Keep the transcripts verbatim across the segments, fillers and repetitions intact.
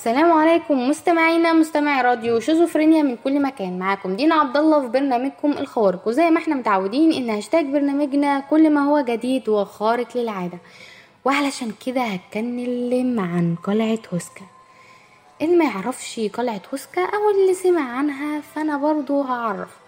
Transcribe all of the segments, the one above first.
السلام عليكم مستمعينا مستمعي راديو شيزوفرينيا من كل مكان. معاكم دينا عبد الله في برنامجكم الخوارق، وزي ما احنا متعودين ان هاشتاج برنامجنا كل ما هو جديد وخارق للعاده. وعلشان كده هتكلم عن قلعه هوسكا. اللي ما يعرفش قلعه هوسكا او اللي سمع عنها فانا برضو هعرفه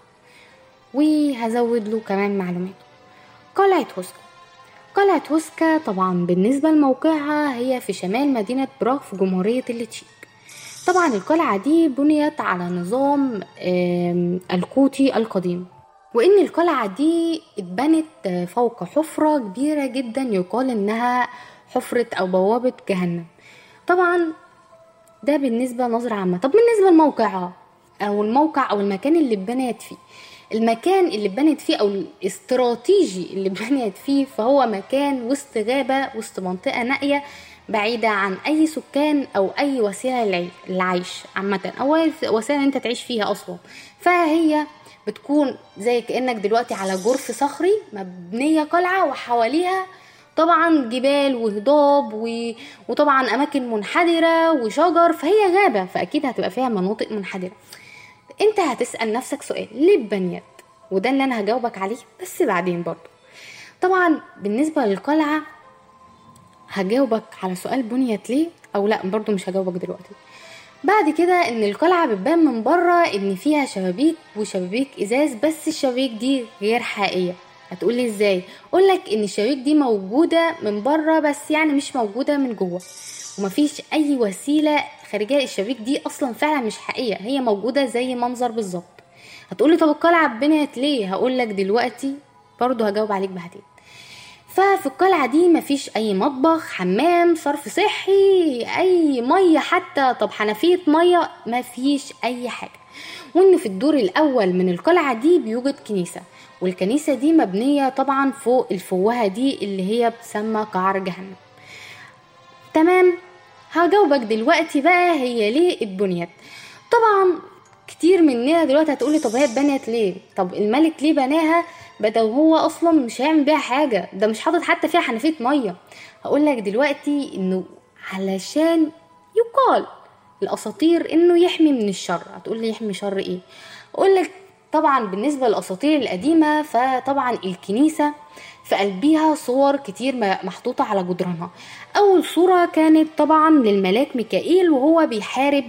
وهزود له كمان معلومات. قلعه هوسكا قلعة هوسكا طبعا بالنسبة لموقعها هي في شمال مدينة براغ في جمهورية التشيك. طبعا القلعة دي بنيت على نظام القوطي القديم، وإن القلعة دي اتبنت فوق حفرة كبيرة جدا يقال إنها حفرة أو بوابة جهنم. طبعا ده بالنسبة نظرة عامة. طب بالنسبة لموقعها أو الموقع أو المكان اللي اتبنت فيه، المكان اللي اتبنت فيه او الاستراتيجي اللي اتبنت فيه فهو مكان وسط غابة، وسط منطقة نائية بعيدة عن اي سكان او اي وسيلة للعيش عامة او وسيلة انت تعيش فيها اصلا. فهي بتكون زي كأنك دلوقتي على جرف صخري مبنية قلعة وحواليها طبعا جبال وهضاب و... وطبعا اماكن منحدرة وشجر، فهي غابة فاكيد هتبقى فيها مناطق منحدرة. انت هتسأل نفسك سؤال، ليه اتبنيت؟ وده اللي انا هجاوبك عليه بس بعدين برضو. طبعا بالنسبة للقلعة هجاوبك على سؤال بنيت ليه او لا، برضو مش هجاوبك دلوقتي. بعد كده ان القلعة بتبان من بره ان فيها شبابيك وشبابيك ازاز، بس الشبابيك دي غير حقيقية. هتقولي ازاي؟ اقولك ان الشبابيك دي موجودة من بره بس يعني مش موجودة من جوه، ومفيش اي وسيلة خارجية. الشبابيك دي اصلا فعلا مش حقيقية، هي موجودة زي منظر بالظبط. هتقولي طب القلعة اتبنت ليه؟ هقولك دلوقتي برضو هجاوب عليك بعدين. ففي القلعة دي مفيش اي مطبخ، حمام، صرف صحي، اي مية حتى، طب حنفية مية، مفيش اي حاجة. وان في الدور الاول من القلعة دي بيوجد كنيسة، والكنيسة دي مبنية طبعا فوق الفوهة دي اللي هي بتسمى قعر جهنم. تمام، هجاوبك دلوقتي بقى هي ليه اتبنيت. طبعا كتير مننا دلوقتي هتقولي طب هي اتبنت ليه؟ طب الملك ليه بناها بدل هو اصلا مش هيعمل بيها حاجه؟ ده مش حاطط حتى فيها حنفيه ميه. هقولك دلوقتي انه علشان يقال الاساطير انه يحمي من الشر. هتقولي يحمي شر ايه؟ اقولك طبعا بالنسبه للاساطير القديمه فطبعا الكنيسه في قلبيها صور كتير محطوطة على جدرانها. أول صورة كانت طبعا للملاك ميكائيل وهو بيحارب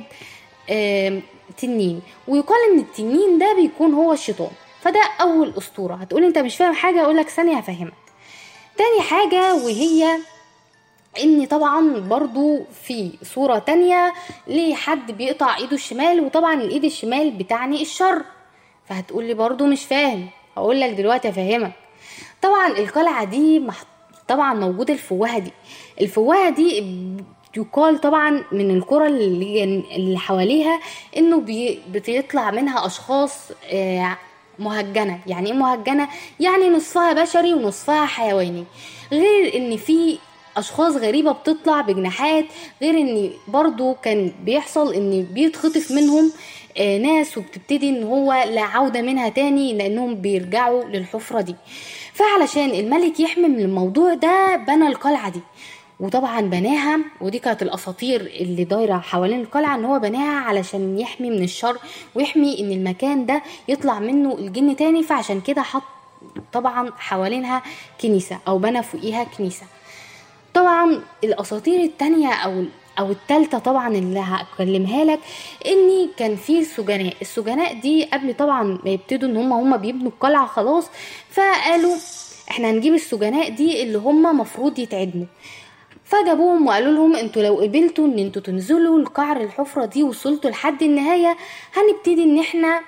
تنين، ويقال ان التنين ده بيكون هو الشيطان. فده أول أسطورة. هتقولي انت مش فاهم حاجة، أقولك ثانية هفهمك. تاني حاجة وهي ان طبعا برضو في صورة تانية لحد بيقطع ايده الشمال، وطبعا الايد الشمال بتعني الشر. فهتقولي برضو مش فاهم، هقولك دلوقتي هفهمك. طبعا القلعة دي مح... طبعا موجودة الفوهة دي. الفوهة دي يقال طبعا من القرى اللي, اللي حواليها انه بي... بيطلع منها اشخاص آه مهجنة. يعني ايه مهجنة؟ يعني نصفها بشري ونصفها حيواني، غير ان في اشخاص غريبة بتطلع بجناحات، غير ان برضو كان بيحصل ان بيتخطف منهم آه ناس وبتبتدي ان هو لا عودة منها تاني لانهم بيرجعوا للحفرة دي. فعلشان الملك يحمي من الموضوع ده بنى القلعة دي، وطبعا بناها، ودي كانت الاساطير اللي دايره حوالين القلعه، ان هو بناها علشان يحمي من الشر ويحمي ان المكان ده يطلع منه الجن تاني. فعشان كده حط طبعا حوالينها كنيسه او بنى فوقيها كنيسه. طبعا الاساطير التانية او او التالتة طبعا اللي هكلمها لك اني كان في سجناء. السجناء دي قبل طبعا ما يبتدوا ان هم هم بيبنوا القلعه خلاص، فقالوا احنا هنجيب السجناء دي اللي هم مفروض يتعدموا. فجابوهم وقالوا لهم انتوا لو قبلتوا ان انتوا تنزلوا القعر الحفرة دي وصلتوا لحد النهاية هنبتدي ان احنا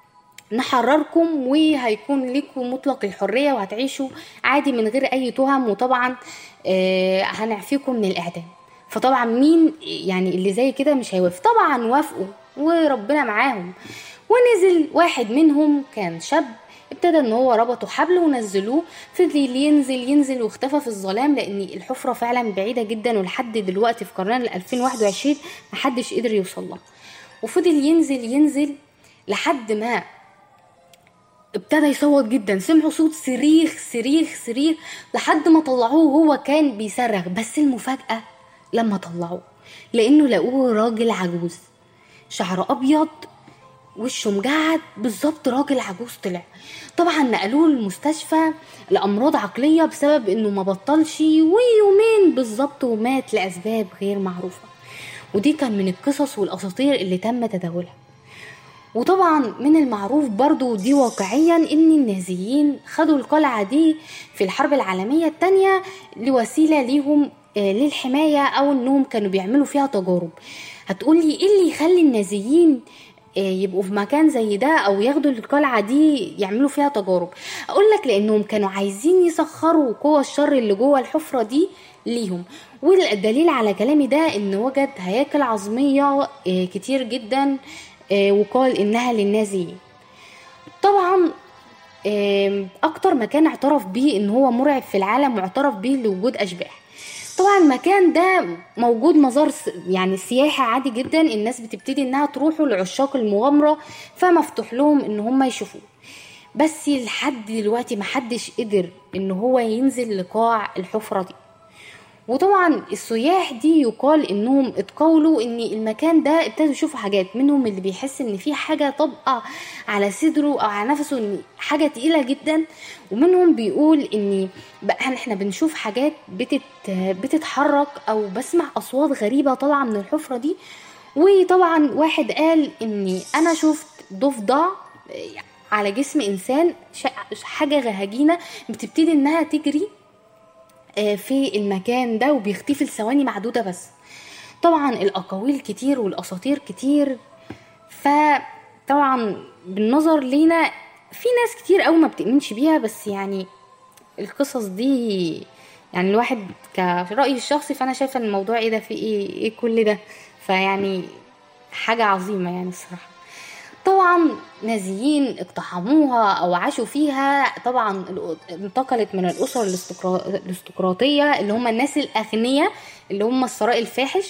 نحرركم وهيكون لكم مطلق الحرية وهتعيشوا عادي من غير اي تهم، وطبعا آه هنعفيكم من الاعدام. فطبعا مين يعني اللي زي كده مش هيوافق؟ طبعا وافقوا وربنا معاهم. ونزل واحد منهم كان شاب، ابتدى ان هو ربطوا حبل ونزلوه، فضل ينزل ينزل واختفى في الظلام لان الحفرة فعلا بعيدة جدا، ولحد دلوقتي في قرن ألفين وواحد وعشرين محدش قدر يوصل لها. وفضل ينزل ينزل لحد ما ابتدى يصوت جدا، سمعوا صوت صريخ صريخ صريخ لحد ما طلعوه. هو كان بيصرخ، بس المفاجأة لما طلعوه لانه لقوه راجل عجوز، شعره ابيض، وشه مجعد بالظبط، راجل عجوز طلع. طبعا نقلوه المستشفى لامراض عقليه بسبب انه ما بطلش، ويومين بالظبط ومات لاسباب غير معروفه. ودي كان من القصص والاساطير اللي تم تداولها. وطبعا من المعروف برضو دي واقعيا ان النازيين خدوا القلعة دي في الحرب العالمية التانية لوسيلة ليهم للحماية، او انهم كانوا بيعملوا فيها تجارب. هتقولي ايه اللي يخلي النازيين يبقوا في مكان زي ده او ياخدوا القلعة دي يعملوا فيها تجارب؟ اقولك لانهم كانوا عايزين يسخروا قوى الشر اللي جوه الحفرة دي ليهم. والدليل على كلامي ده ان وجد هياكل عظمية كتير جدا وقال انها للنازيين. طبعا اكتر مكان اعترف بيه ان هو مرعب في العالم واعترف بيه لوجود اشباح. طبعا المكان ده موجود مزار يعني سياحي عادي جدا، الناس بتبتدي انها تروحوا لعشاق المغامرة، فمفتوح لهم ان هم يشوفوه. بس لحد دلوقتي محدش قدر ان هو ينزل لقاع الحفرة دي. وطبعا السياح دي يقال انهم اتقولوا ان المكان ده ابتدوا يشوفوا حاجات، منهم اللي بيحس ان في حاجة طبقة على صدره او على نفسه، ان حاجة تقيلة جدا. ومنهم بيقول ان بقى احنا بنشوف حاجات بتت بتتحرك او بسمع اصوات غريبة طالعة من الحفرة دي. وطبعا واحد قال اني انا شفت ضفدع على جسم انسان، حاجة غهجينة بتبتدي انها تجري في المكان ده وبيختفي لثواني معدودة بس. طبعا الاقاويل كتير والاساطير كتير، فطبعا بالنظر لينا في ناس كتير قوي ما بتؤمنش بيها، بس يعني القصص دي يعني الواحد كرأيي الشخصي فانا شايفه ان الموضوع ايه ده، في ايه ايه كل ده، فيعني حاجة عظيمة يعني الصراحة. طبعا نازيين اقتحموها او عاشوا فيها، طبعا انتقلت من الاسر الاستقراطيه اللي هم الناس الاغنياء اللي هم الثراء الفاحش،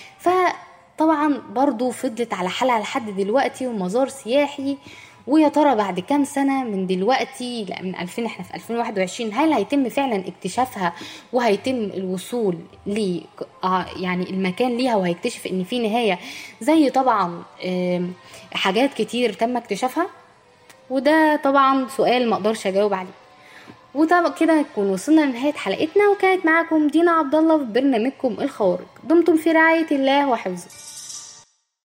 فطبعا برضو فضلت على حالها لحد دلوقتي ومزار سياحي. ويا ترى بعد كام سنة من دلوقتي، لا من ألفين، احنا في ألفين وواحد وعشرين، هل هيتم فعلا اكتشافها وهيتم الوصول ل يعني المكان ليها وهيكتشف ان في نهاية زي طبعا حاجات كتير تم اكتشافها؟ وده طبعا سؤال ما اقدرش اجاوب عليه. وطبعا كده نكون وصلنا لنهاية حلقتنا، وكانت معاكم دينا عبد الله في برنامجكم الخوارق. دمتم في رعاية الله وحفظه.